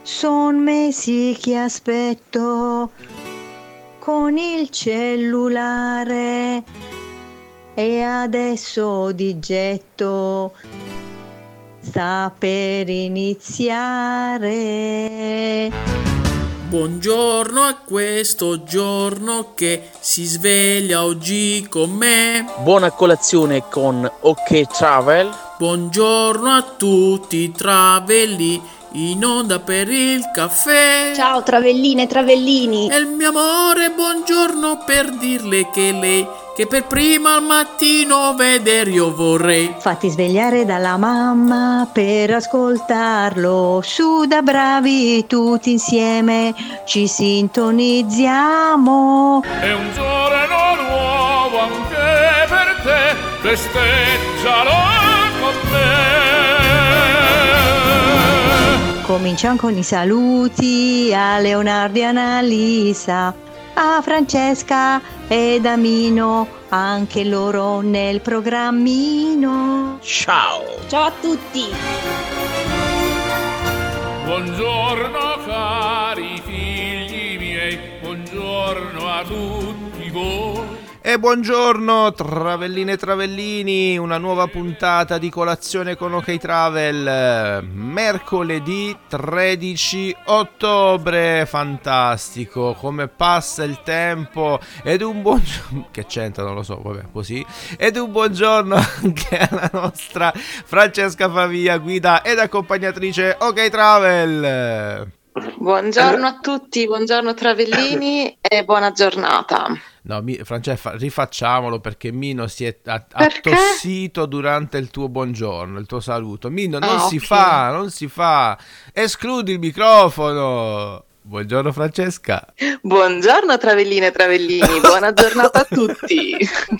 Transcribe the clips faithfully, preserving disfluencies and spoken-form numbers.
son mesi che aspetto con il cellulare e adesso di getto sta per iniziare. Buongiorno a questo giorno che si sveglia oggi con me. Buona colazione con OK Travel. Buongiorno a tutti i travelli in onda per il caffè. Ciao travelline e travellini. E il mio amore, buongiorno per dirle che lei che per prima al mattino vedere io vorrei. Fatti svegliare dalla mamma per ascoltarlo, su da bravi tutti insieme ci sintonizziamo. È un giorno nuovo anche per te, festeggialo con me. Cominciamo con i saluti a Leonardo e Annalisa, a Francesca ed Amino, anche loro nel programmino. Ciao! Ciao a tutti! Buongiorno cari figli miei, buongiorno a tutti voi. E buongiorno travelline e travellini, una nuova puntata di colazione con OK Travel, mercoledì tredici ottobre, fantastico, come passa il tempo, ed un buongiorno, che c'entra non lo so, vabbè così, ed un buongiorno anche alla nostra Francesca Favia, guida ed accompagnatrice OK Travel. Buongiorno a tutti, buongiorno travellini e buona giornata. No, mi, Francesca, rifacciamolo perché Mino si è a- Perché? attossito durante il tuo buongiorno, il tuo saluto. Mino, non Ah, si ok. fa, non si fa. Escludi il microfono. Buongiorno Francesca. Buongiorno travelline e travellini, buona giornata a tutti.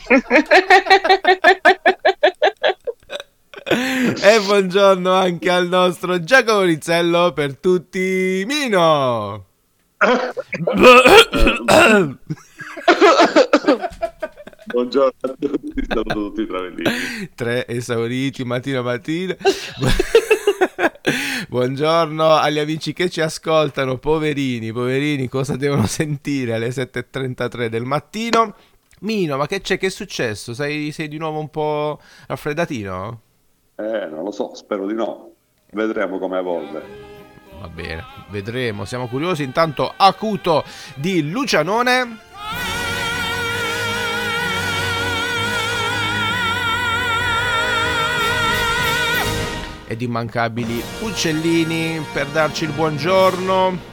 E buongiorno anche al nostro Giacomo Rizzello per tutti. Mino. Buongiorno a tutti, saluto tutti i travellini. Tre esauriti mattina mattina. Buongiorno agli amici che ci ascoltano, poverini, poverini, cosa devono sentire alle sette e trentatré del mattino? Mino, ma che c'è, che è successo? Sei, sei di nuovo un po' raffreddatino? Eh, non lo so, spero di no. Vedremo come evolve. Va bene, vedremo, siamo curiosi. Intanto acuto di Lucianone. Ed immancabili uccellini per darci il buongiorno.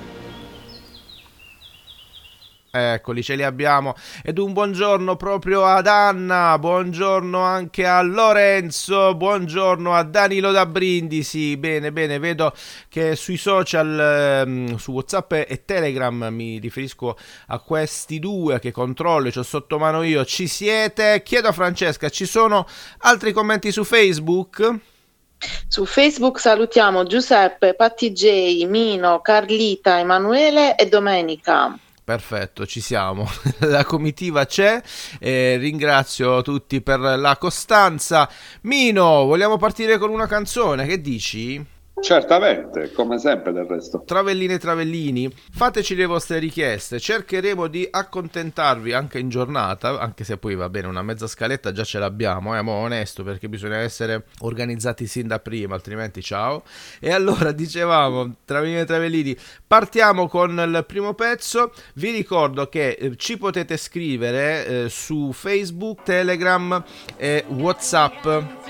Eccoli, ce li abbiamo. Ed un buongiorno proprio ad Anna, buongiorno anche a Lorenzo, buongiorno a Danilo da Brindisi. Bene, bene, vedo che sui social, ehm, su WhatsApp e Telegram, mi riferisco a questi due che controllo, c'ho sotto mano io, ci siete. Chiedo a Francesca, ci sono altri commenti su Facebook? Su Facebook salutiamo Giuseppe, Patti J, Mino, Carlita, Emanuele e Domenica. Perfetto, ci siamo, la comitiva c'è, eh, ringrazio tutti per la costanza. Mino, vogliamo partire con una canzone, che dici? Certamente, come sempre del resto. Travelline e travellini, fateci le vostre richieste, cercheremo di accontentarvi anche in giornata, anche se poi va bene, una mezza scaletta già ce l'abbiamo, eh, mo onesto, perché bisogna essere organizzati sin da prima, altrimenti ciao. E allora, dicevamo, Travelline e travellini, partiamo con il primo pezzo. Vi ricordo che eh, ci potete scrivere eh, su Facebook, Telegram e WhatsApp.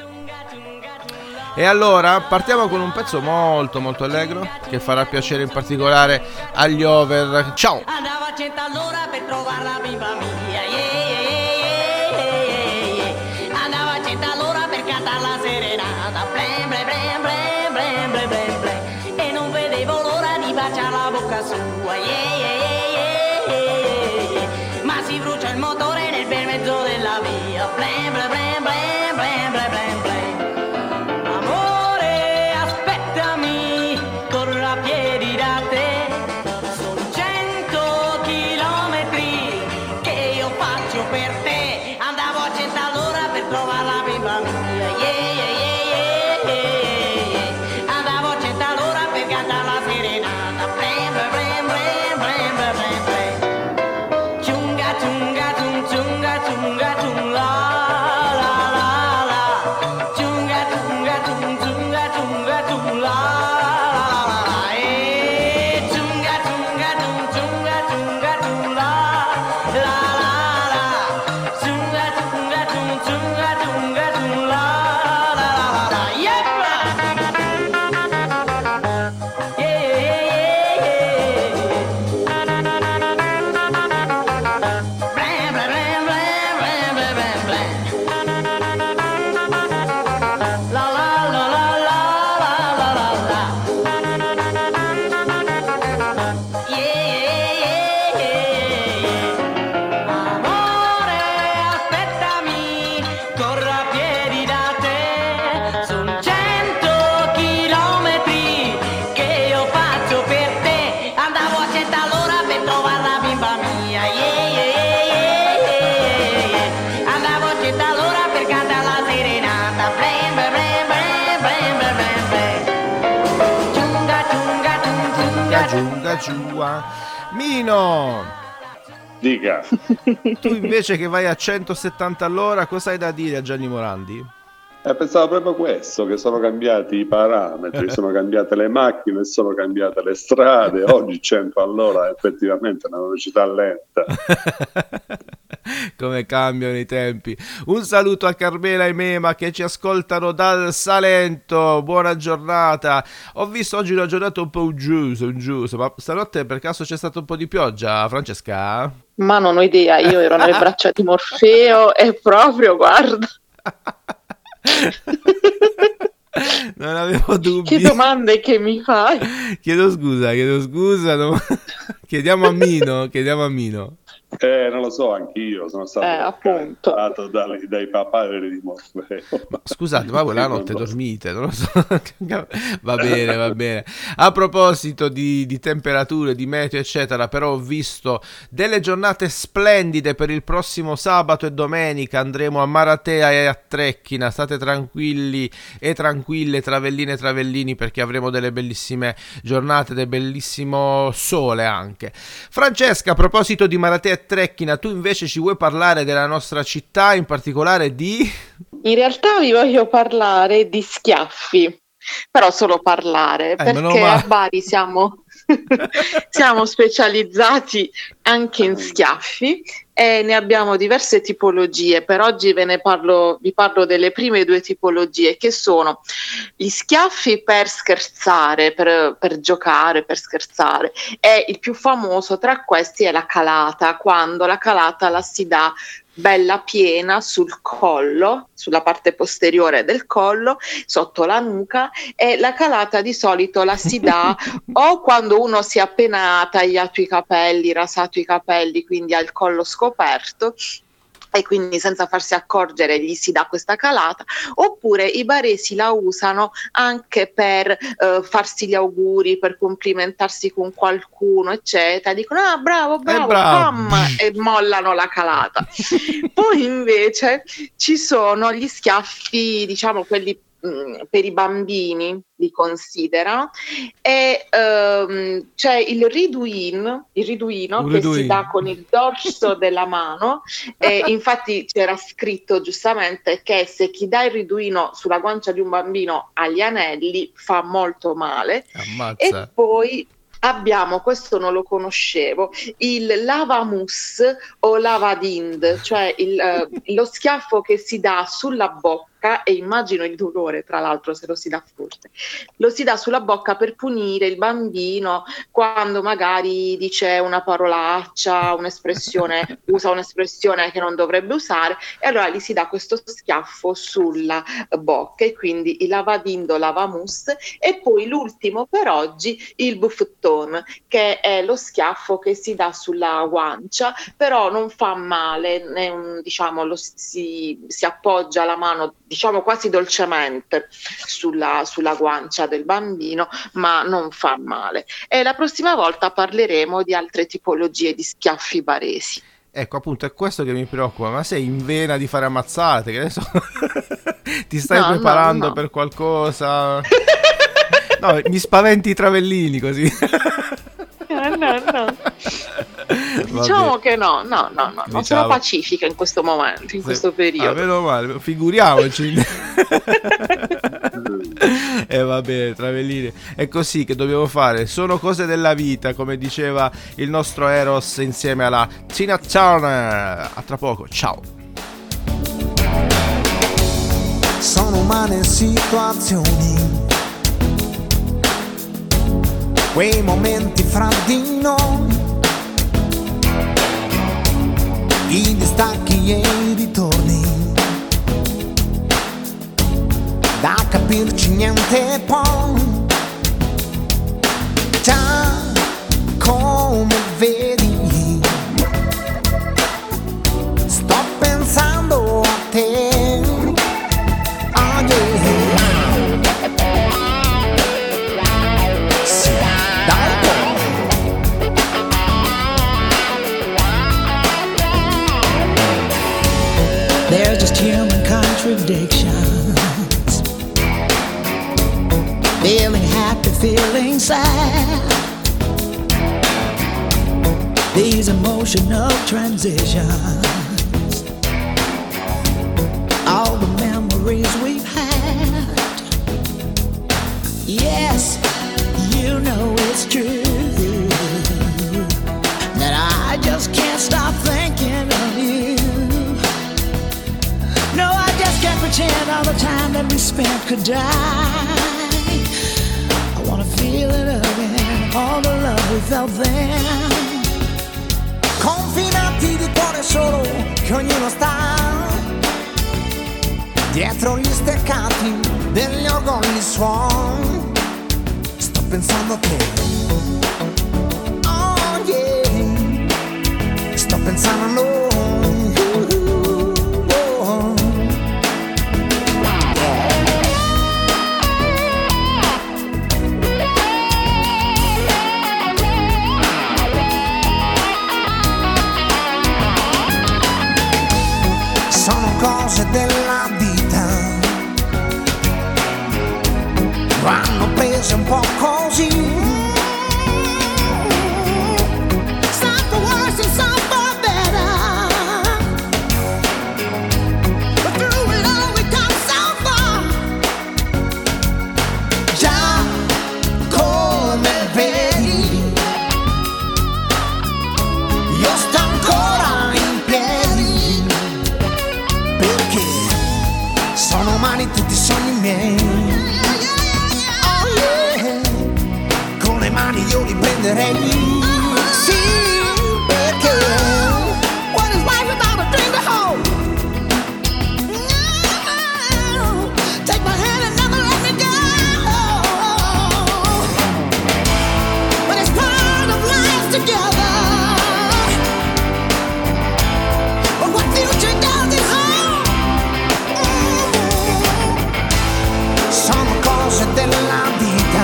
E allora partiamo con un pezzo molto molto allegro che farà piacere in particolare agli over. Ciao! Andavo a cento all'ora per trovare la bimba mia, yeah, yeah, yeah, yeah, yeah. Andavo a cento all'ora per cantare la serenata, blem, blem, blem, blem, blem, blem, blem, blem. E non vedevo l'ora di baciare la bocca sua, yeah, yeah, yeah, yeah, yeah. Ma si brucia il motore nel bel mezzo della via, blem, blem, blem, blem, blem, blem, blem, blem. Amore, aspettami, corro a piedi da te. Sono cento chilometri che io faccio per te. Andavo a cento all'ora per trovare la bimba mia, yeah, yeah, yeah, yeah, yeah. Andavo a cento all'ora per cantare la serenata. da giù. eh. Mino, Dica. tu invece che vai a centosettanta all'ora, cosa hai da dire a Gianni Morandi? Eh, pensavo proprio questo, che sono cambiati i parametri, sono cambiate le macchine, sono cambiate le strade. Oggi cento all'ora effettivamente è una velocità lenta. Come cambiano i tempi. Un saluto a Carmela e Mema che ci ascoltano dal Salento. Buona giornata. Ho visto oggi una giornata un po' uggiosa, uggiosa, ma stanotte per caso c'è stato un po' di pioggia, Francesca? Ma non ho idea, io ero nelle braccia di Morfeo e proprio, guarda. Non avevo dubbi. Che domande che mi fai? Chiedo scusa, chiedo scusa. No? Chiediamo a Mino, chiediamo a Mino. Eh, non lo so, anch'io sono stato Eh, appunto. cattato dai, dai papaveri di Morfeo. Ma scusate, ma voi la notte dormite? Non lo so. Va bene, va bene. A proposito di, di temperature, di meteo, eccetera, però ho visto delle giornate splendide per il prossimo sabato e domenica. Andremo a Maratea e a Trecchina. State tranquilli e tranquille, travelline e travellini, perché avremo delle bellissime giornate, del bellissimo sole anche. Francesca, a proposito di Maratea e Trecchina, tu invece ci vuoi parlare della nostra città, in particolare di... In realtà vi voglio parlare di schiaffi, però solo parlare, Eh, meno perché male. a Bari siamo, siamo specializzati anche in schiaffi e ne abbiamo diverse tipologie. Per oggi ve ne parlo, vi parlo delle prime due tipologie, che sono gli schiaffi per scherzare, per, per giocare, per scherzare, e il più famoso tra questi è la calata, quando la calata la si dà bella piena sul collo, sulla parte posteriore del collo, sotto la nuca, e la calata di solito la si dà o quando uno si è appena tagliato i capelli, rasato i capelli, quindi ha il collo scoperto e quindi senza farsi accorgere gli si dà questa calata, oppure i baresi la usano anche per eh, farsi gli auguri, per complimentarsi con qualcuno, eccetera, dicono ah bravo bravo, Eh, bravo. pam, e mollano la calata. Poi invece ci sono gli schiaffi, diciamo quelli mh, per i bambini, li considerano, e ehm, c'è il riduin, il riduino Un che riduin. si dà con il dorso della mano, e infatti c'era scritto giustamente che se chi dà il riduino sulla guancia di un bambino ha gli anelli fa molto male. E Ammazza. poi abbiamo, questo non lo conoscevo, il lavamus o lavadind, cioè il, eh, lo schiaffo che si dà sulla bocca, e immagino il dolore tra l'altro se lo si dà forte, lo si dà sulla bocca per punire il bambino quando magari dice una parolaccia, un'espressione, usa un'espressione che non dovrebbe usare, e allora gli si dà questo schiaffo sulla bocca, e quindi il lavadindo, lavamus. E poi l'ultimo per oggi, il buffetton, che è lo schiaffo che si dà sulla guancia, però non fa male, è un, diciamo, lo si, si appoggia la mano, diciamo quasi dolcemente sulla, sulla guancia del bambino, ma non fa male. E la prossima volta parleremo di altre tipologie di schiaffi baresi. Ecco, appunto, è questo che mi preoccupa. Ma sei in vena di fare ammazzate? Che adesso ti stai No, no, preparando no. per qualcosa? No, mi spaventi i travellini così. No, no, no. Va Diciamo bene. che no, no, no, no, non sono Diciamo. pacifica in questo momento, in Sì. questo Ah, periodo. meno male, figuriamoci. E eh, va bene, travellini, è così che dobbiamo fare, sono cose della vita, come diceva il nostro Eros insieme alla Tina Turner. A tra poco, ciao. Sono umane situazioni, quei momenti fra di noi, i distacchi e i ritorni, da capirci niente poi. Già come vedi, sto pensando a te. Oh yeah. Sì, dai poi. There's just human contradictions, feeling happy, feeling sad. these emotional transitions, all the memories we've had. Yes, you know it's true that I just can't stop thinking of you. No, I just can't pretend all the time that we spent could die. I wanna feel it again, all the love we felt then. Confinati di cuore solo, che ognuno sta dietro gli steccati degli orgogli suon. Sto pensando a te, oh yeah, sto pensando a noi. Cose della vita vanno prese un po' così. Some for worse and some for better, but through it all we come so far. Già come vedi, io sto ancora in piedi, perché sono umani tutti i sogni miei. Oh yeah, con le mani io li prenderei. Sì, perché what is life without a dream to hold? No, take my hand and never let me go. But it's part of life together. But what future does it hold? Sono cose della vita,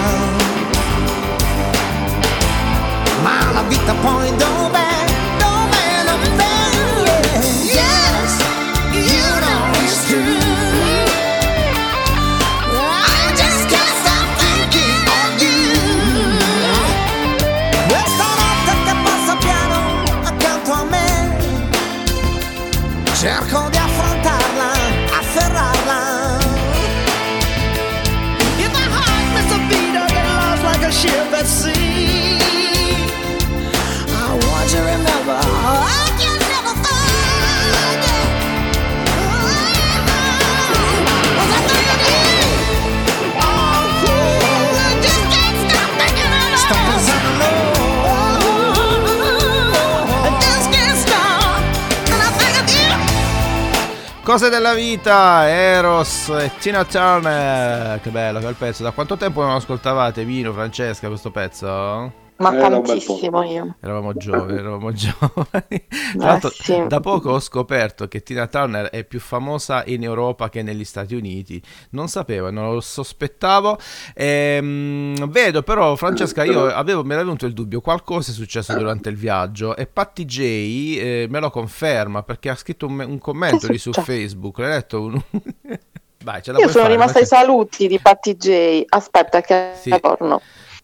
ma la vita poi dov'è? Dov'è? Dov'è? Yeah. Yes, you know it's true. I just can't stop thinking of you. Questa notte che passa piano accanto a me, cerco di affrontarla, afferrarla. If my heart missed a beat or get lost like a ship at sea, I want you to remember I can never forget. Was I thinking? Oh, yeah, I just can't stop thinking of you. Stop pensando. I just can't stop, and I think of you. Cose della vita, Eros e Tina Turner. Che bello quel pezzo. Da quanto tempo non ascoltavate, Vino, Francesca, questo pezzo? Ma Era un bel tantissimo io. Eravamo giovani, eravamo giovani. Tra Eh, l'altro, sì. da poco ho scoperto che Tina Turner è più famosa in Europa che negli Stati Uniti. Non sapevo, non lo sospettavo. Ehm, vedo però, Francesca, io avevo, mi era venuto il dubbio, qualcosa è successo durante il viaggio e Patti J eh, me lo conferma perché ha scritto un, un commento Che lì su succede? Facebook. L'hai letto? Un... Vai, ce la Io puoi sono fare, rimasta ai Francesca? saluti di Patti J. Aspetta che Sì. torno.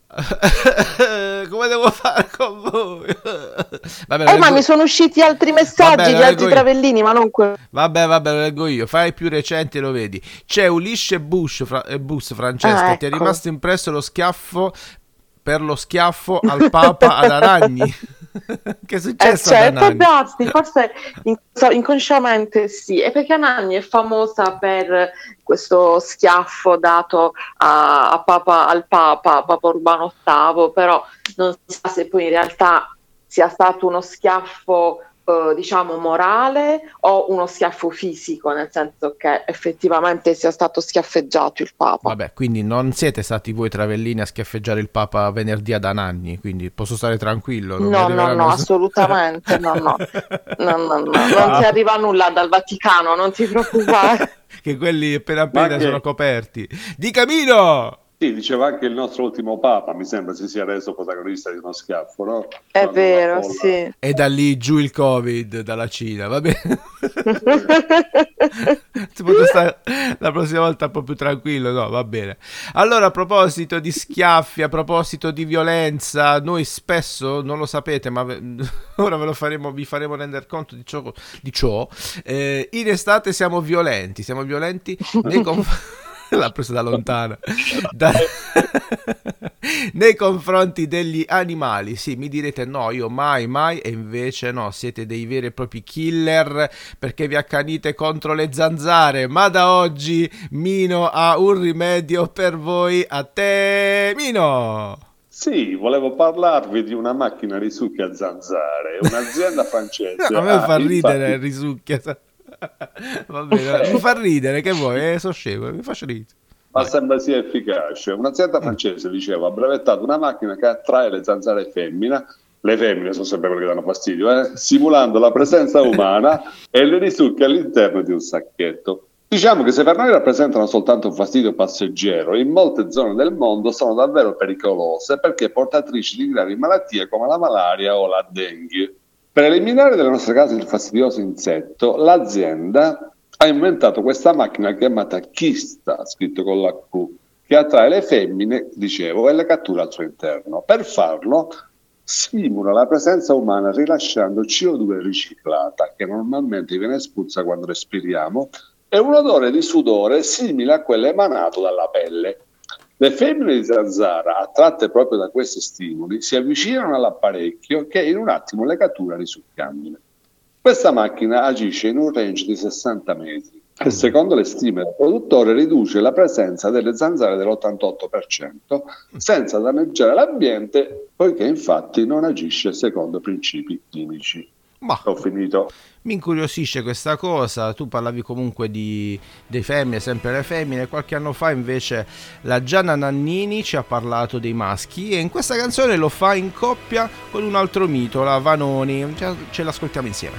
Come devo fare con voi? Vabbè, lo Eh, ma leggo- mi sono usciti altri messaggi Vabbè, lo di altri leggo io. travellini, ma non quello. Vabbè, vabbè, lo leggo io. Fai i più recenti e lo vedi. C'è Ulisse Bush, fra- eh, Bus, Francesca. Ah, Ti è ecco. rimasto impresso lo schiaffo per lo schiaffo al Papa ad Aragni? Che è Eh, successo ad certo, Anagni? Dusty, forse in- so- inconsciamente sì, è perché Anagni è famosa per questo schiaffo dato a, a Papa, al Papa, a Papa Urbano ottavo, però non si sa se poi in realtà sia stato uno schiaffo eh, diciamo morale o uno schiaffo fisico, nel senso che effettivamente sia stato schiaffeggiato il Papa. Vabbè, quindi non siete stati voi travellini a schiaffeggiare il Papa venerdì ad Anagni, quindi posso stare tranquillo. non mi No, no, arriveranno- no, assolutamente, no, no, no, no, no, non ti arriva nulla dal Vaticano, non ti preoccupare. Che quelli appena appena Ma che- sono coperti. Di Camino! Sì, diceva anche il nostro ultimo Papa, mi sembra si sia reso protagonista di uno schiaffo, no? È Quando vero, la folla- sì. E da lì giù il Covid dalla Cina, va bene? Si può stare la prossima volta un po' più tranquillo, no, va bene. Allora, a proposito di schiaffi, a proposito di violenza, noi spesso, non lo sapete, ma ve- ora ve lo faremo, vi faremo rendere conto di ciò, di ciò. Eh, in estate siamo violenti, siamo violenti nei confronti... L'ha preso da lontano. Da... Nei confronti degli animali. Sì, mi direte no, io mai, mai. E invece no, siete dei veri e propri killer perché vi accanite contro le zanzare. Ma da oggi Mino ha un rimedio per voi. A te, Mino! Sì, volevo parlarvi di una macchina risucchia a zanzare, un'azienda francese. A me ha fa ridere infatti- risucchia. Va bene, mi fa ridere, che vuoi? Eh, sono scemo, mi faccio ridere. Ma sembra sia efficace. Un'azienda francese, dicevo, ha brevettato una macchina che attrae le zanzare femmine, le femmine sono sempre quelle che danno fastidio, eh? simulando la presenza umana e le risucchia all'interno di un sacchetto. Diciamo che se per noi rappresentano soltanto un fastidio passeggero, in molte zone del mondo sono davvero pericolose perché portatrici di gravi malattie come la malaria o la dengue. Per eliminare dalle nostre case il fastidioso insetto, l'azienda ha inventato questa macchina chiamata Kista, scritto con la Q, che attrae le femmine, dicevo, e le cattura al suo interno. Per farlo simula la presenza umana rilasciando C O due riciclata, che normalmente viene espulsa quando respiriamo, e un odore di sudore simile a quello emanato dalla pelle. Le femmine di zanzara, attratte proprio da questi stimoli, si avvicinano all'apparecchio che in un attimo le cattura risucchiandole. Questa macchina agisce in un range di sessanta metri e secondo le stime del produttore riduce la presenza delle zanzare dell'ottantotto per cento senza danneggiare l'ambiente, poiché infatti non agisce secondo principi chimici. Ma ho finito. Mi incuriosisce questa cosa. Tu parlavi comunque di dei femmine, sempre le femmine. Qualche anno fa invece la Gianna Nannini ci ha parlato dei maschi e in questa canzone lo fa in coppia con un altro mito, la Vanoni. Ce, ce l'ascoltiamo insieme.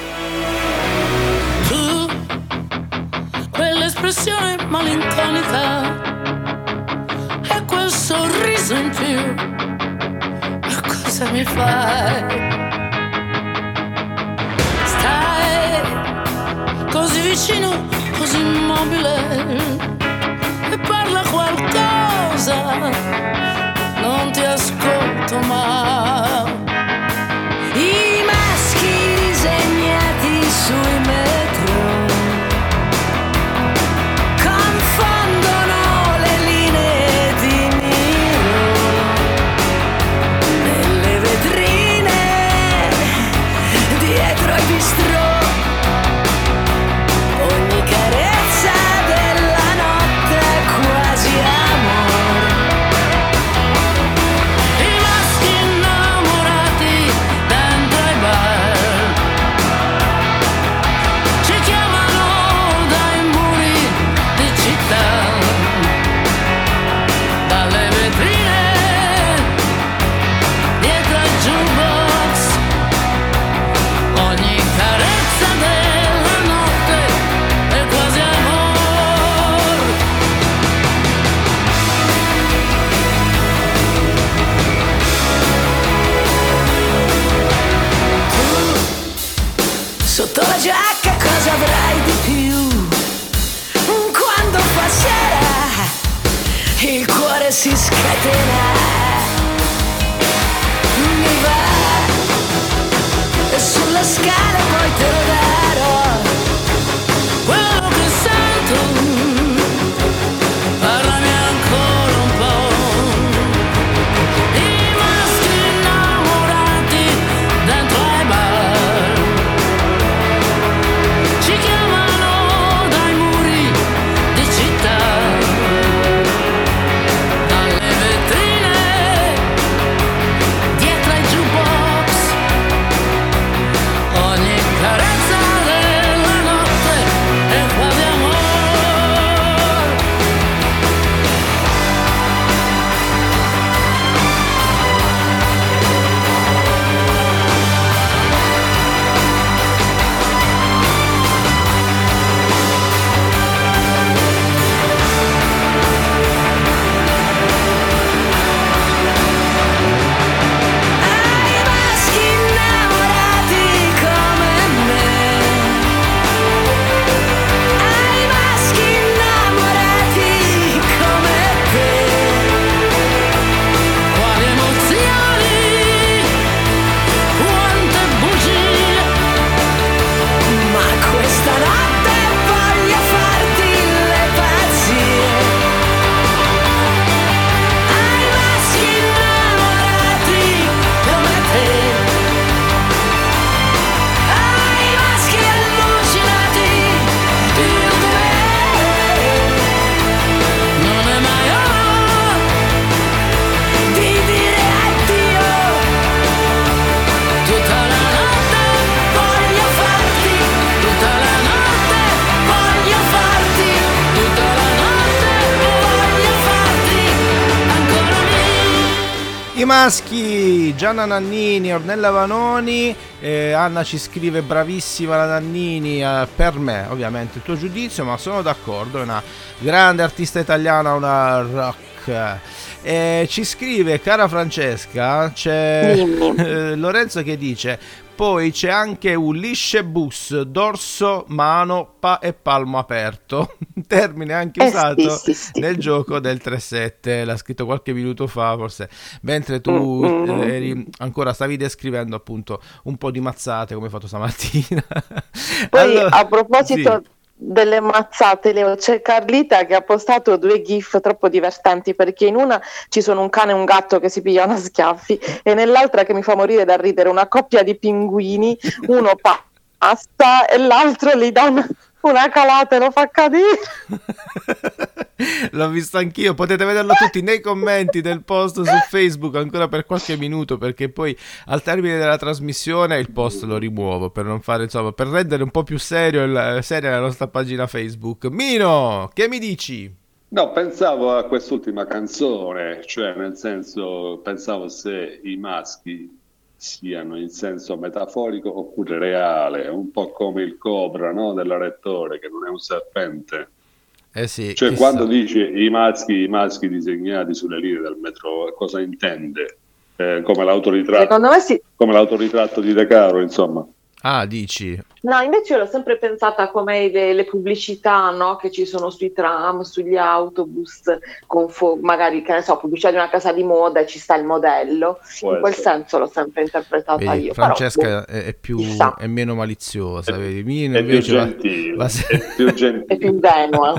Tu, quell'espressione malinconica e quel sorriso in più, ma cosa mi fai? Così vicino, così immobile, e parla qualcosa, non ti ascolto mai. I maschi disegnati sui metro confondono le linee di miro nelle vetrine dietro ai bistrò. Sotto la giacca cosa avrai di più? Quando fa sera il cuore si scatena. Mi va e sulla scala poi te lo darò. Quello che sento, parlami ancora un po'. I maschi innamorati dentro ai bar ci chiamano dai muri di città, dalle vetrine, dietro ai jukebox, ogni I maschi, Gianna Nannini, Ornella Vanoni, eh, Anna ci scrive bravissima la Nannini, eh, per me ovviamente il tuo giudizio, ma sono d'accordo, è una grande artista italiana, una rock. Eh, ci scrive, cara Francesca, c'è eh, Lorenzo che dice: poi c'è anche Ulisse Bus, dorso, mano pa- e palmo aperto, termine anche Eh, usato sì, sì, sì. nel gioco del tre sette, l'ha scritto qualche minuto fa forse, mentre tu Mm-mm. eh, eri ancora stavi descrivendo appunto un po' di mazzate come hai fatto stamattina. Poi Allora, a proposito sì. delle mazzate, Leo, c'è Carlita che ha postato due gif troppo divertenti, perché in una ci sono un cane e un gatto che si pigliano a schiaffi e nell'altra, che mi fa morire da ridere, una coppia di pinguini, uno passa e l'altro gli dà una, una calata e lo fa cadere. L'ho visto anch'io, potete vederlo tutti nei commenti del post su Facebook ancora per qualche minuto, perché poi al termine della trasmissione il post lo rimuovo per non fare, insomma, per rendere un po' più serio il, seria la nostra pagina Facebook. Mino, che mi dici? No, pensavo a quest'ultima canzone, cioè nel senso, pensavo se i maschi siano in senso metaforico oppure reale, un po' come il cobra, no, della Rettore, che non è un serpente. Eh sì, Cioè, chissà. quando dice i maschi, i maschi disegnati sulle linee del metro, cosa intende? Eh, come l'autoritratto, Secondo me sì. come l'autoritratto di De Caro, insomma. Ah, dici? No, invece io l'ho sempre pensata come le, le pubblicità, no, che ci sono sui tram, sugli autobus, con fo- magari, che ne so, pubblicità di una casa di moda e ci sta il modello. Può In quel essere. senso l'ho sempre interpretata Vedi, io. Francesca Però, boh, è, è più chissà. è meno maliziosa, vedi? Mino È più invece va- gentile, va se- è più gentile. è più ingenua.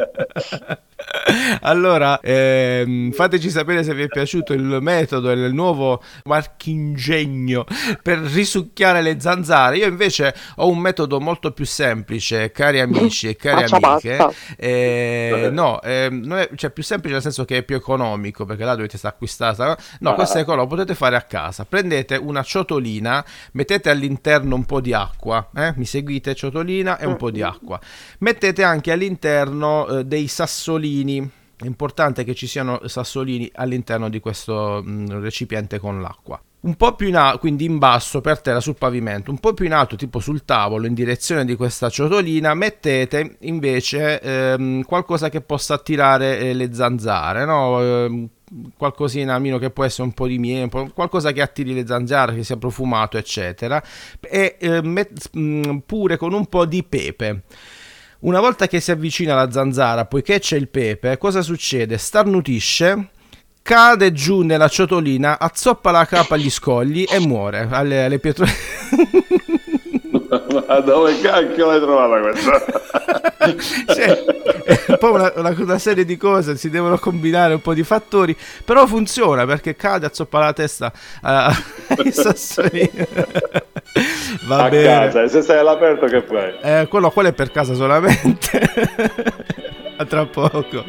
Allora, ehm, fateci sapere se vi è piaciuto il metodo e il nuovo marchingegno per risucchiare le zanzare. Io invece ho un metodo molto più semplice, cari amici e cari Faccia amiche. basta. Eh, no, ehm, non è, cioè più semplice nel senso che è più economico, perché là dovete stare acquistata. No, questo è economico, potete fare a casa. Prendete una ciotolina, mettete all'interno un po' di acqua, eh? Mi seguite? Ciotolina e un po' di acqua. Mettete anche all'interno eh, dei sassolini. È importante che ci siano sassolini all'interno di questo mh, recipiente con l'acqua. Un po' più in alto, quindi in basso per terra sul pavimento, un po' più in alto, tipo sul tavolo, in direzione di questa ciotolina, mettete invece ehm, qualcosa che possa attirare eh, le zanzare, no? Ehm, qualcosina almeno che può essere un po' di miele, un po', qualcosa che attiri le zanzare, che sia profumato, eccetera, e eh, met- mh, pure con un po' di pepe. Una volta che si avvicina la zanzara, poiché c'è il pepe, cosa succede? Starnutisce, cade giù nella ciotolina, azzoppa la capa agli scogli e muore alle, alle pietre. Ma dove cacchio l'hai trovata questa? Cioè, è poi una, una, una serie di cose, si devono combinare un po' di fattori, però funziona perché cade, azzoppa la testa uh, ai sassolini. Va a bene. Casa, e se stai all'aperto che fai? Eh, quello, quello è per casa solamente. A tra poco.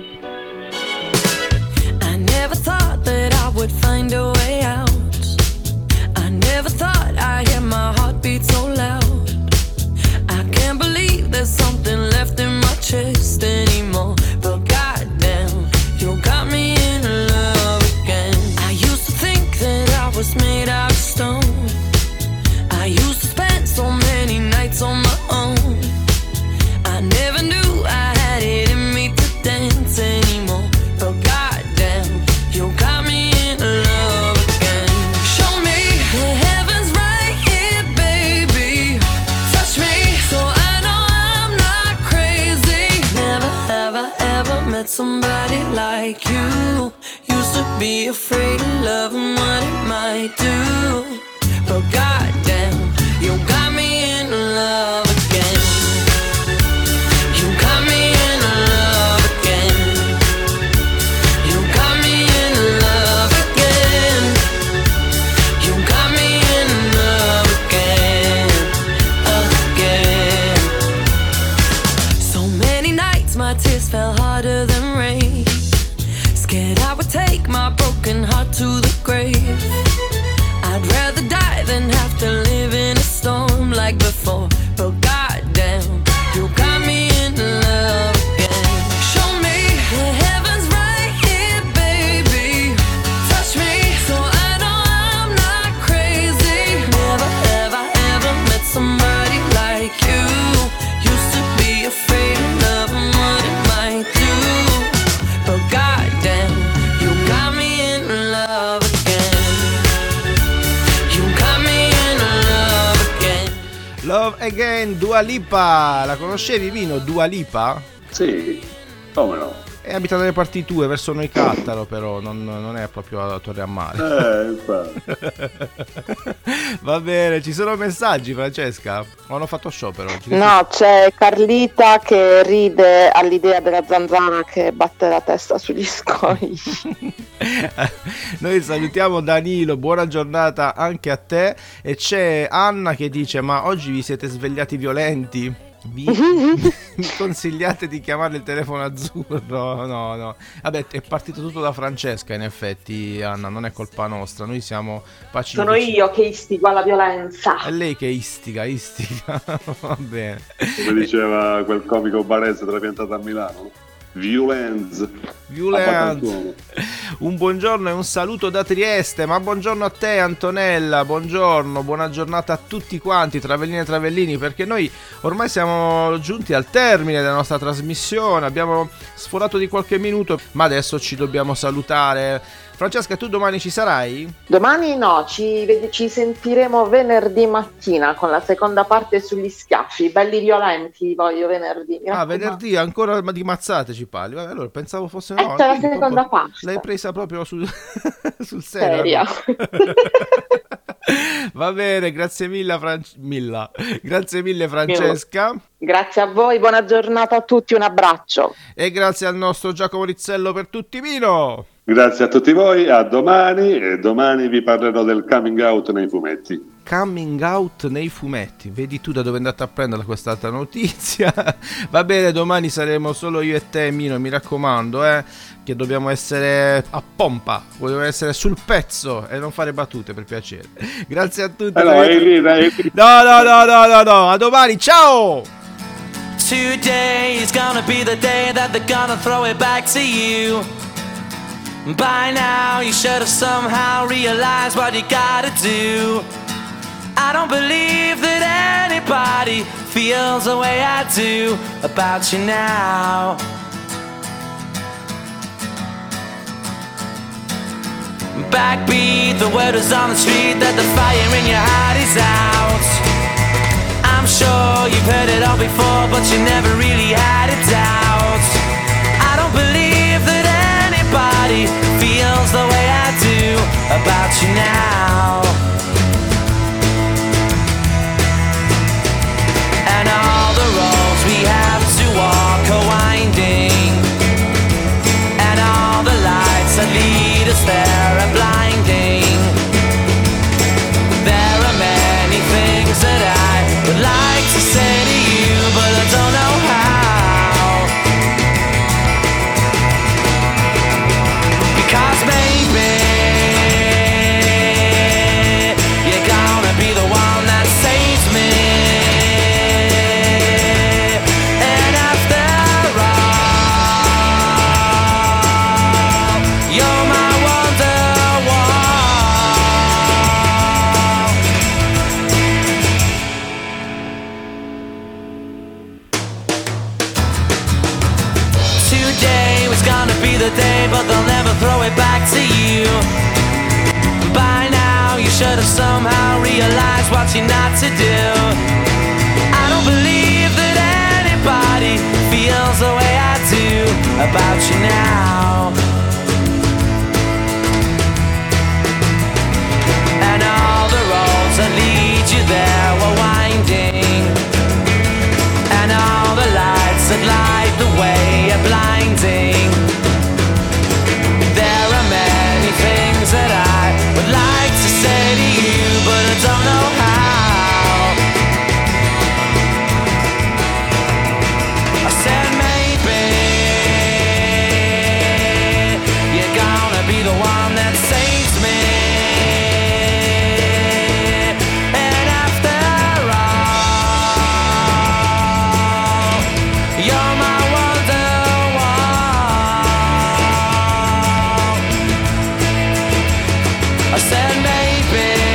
I never thought that I would find a way out. I never thought I'd hear my heartbeat so loud. I can't believe there's something left in my chest anymore. But goddamn, you got me in love again. I used to think that I was made out of stone. I used to spend so many nights on my own. I never knew I had it in me to dance anymore. But goddamn, you got me in love again. Show me the heavens right here, baby. Touch me so I know I'm not crazy. Never have I ever met somebody like you. Used to be afraid of love and what it might do. But goddamn, you got me in love again. You got me in love again. You got me in love again. You got me in love again, again. So many nights my tears fell harder than rain. Scared I would take my broken heart to the grave. I Love Again, Dua Lipa. La conoscevi, Vino, Dua Lipa? Sì, come no? È abitata nelle parti tue, verso Noi Cattaro, però non, non è proprio a Torre a Mare. Eh, infatti. Va bene, ci sono messaggi, Francesca? O hanno fatto sciopero oggi? No, c'è Carlita che ride all'idea della zanzara che batte la testa sugli scogli. Noi salutiamo Danilo, buona giornata anche a te. E c'è Anna che dice: ma oggi vi siete svegliati violenti? Vi, mi consigliate di chiamare il telefono azzurro? No, no. Vabbè, è partito tutto da Francesca, in effetti, Anna, non è colpa nostra. Noi siamo pacifici. Sono io che istigo alla violenza. È lei che istiga, istiga. Va bene. Come diceva quel comico barese trapiantato a Milano. Violence. Violence. Un buongiorno e un saluto da Trieste. Ma buongiorno a te, Antonella. Buongiorno, buona giornata a tutti quanti, Travellini e Travellini, perché noi ormai siamo giunti al termine della nostra trasmissione. Abbiamo sforato di qualche minuto, ma adesso ci dobbiamo salutare. Francesca, tu domani ci sarai? Domani no, ci, ci sentiremo venerdì mattina con la seconda parte sugli schiaffi. Belli violenti voglio venerdì. Ah, venerdì ancora di mazzate ci parli? Vabbè, allora pensavo fosse no. Eh, c'è la seconda parte. L'hai presa proprio sul, sul serio. Seria. Va bene, grazie mille, Fran... Milla. Grazie mille Francesca. Grazie a voi, buona giornata a tutti, un abbraccio. E grazie al nostro Giacomo Rizzello per tutti, Vino. Grazie a tutti voi, a domani, e domani vi parlerò del coming out nei fumetti. Coming out nei fumetti, vedi tu da dove è andata a prenderla quest'altra notizia. Va bene, domani saremo solo io e te, Mino, mi raccomando, eh, che dobbiamo essere a pompa, dobbiamo essere sul pezzo e non fare battute, per piacere. Grazie a tutti. Eh no, è lì, è lì. no, no, no, no, no, no, a domani, ciao! Today is gonna be the day that they're gonna throw it back to you. By now you should have somehow realized what you gotta do. I don't believe that anybody feels the way I do about you now. Backbeat, the word is on the street that the fire in your heart is out. I'm sure you've heard it all before, but you never really had a doubt. I don't believe that anybody feels the way I do about you now. And all the roads we have to walk are winding, and all the lights that lead us there are blinding. There are many things that I would like to say to you, but I don't know how. Because maybe you're gonna be the one that saves me. And after all, you're my wonderwall. Today was gonna be the day, but they'll never throw it back to you. By now you should have somehow realized what you're not to do. I don't believe that anybody feels the way I do about you now. And all the roads that lead you there were winding, and all the lights that light the way are blinding. There are many things that I would like to say to you, but I don't know how. I said maybe you're gonna be the one that saves me. And after all, you're my wonderwall. I said maybe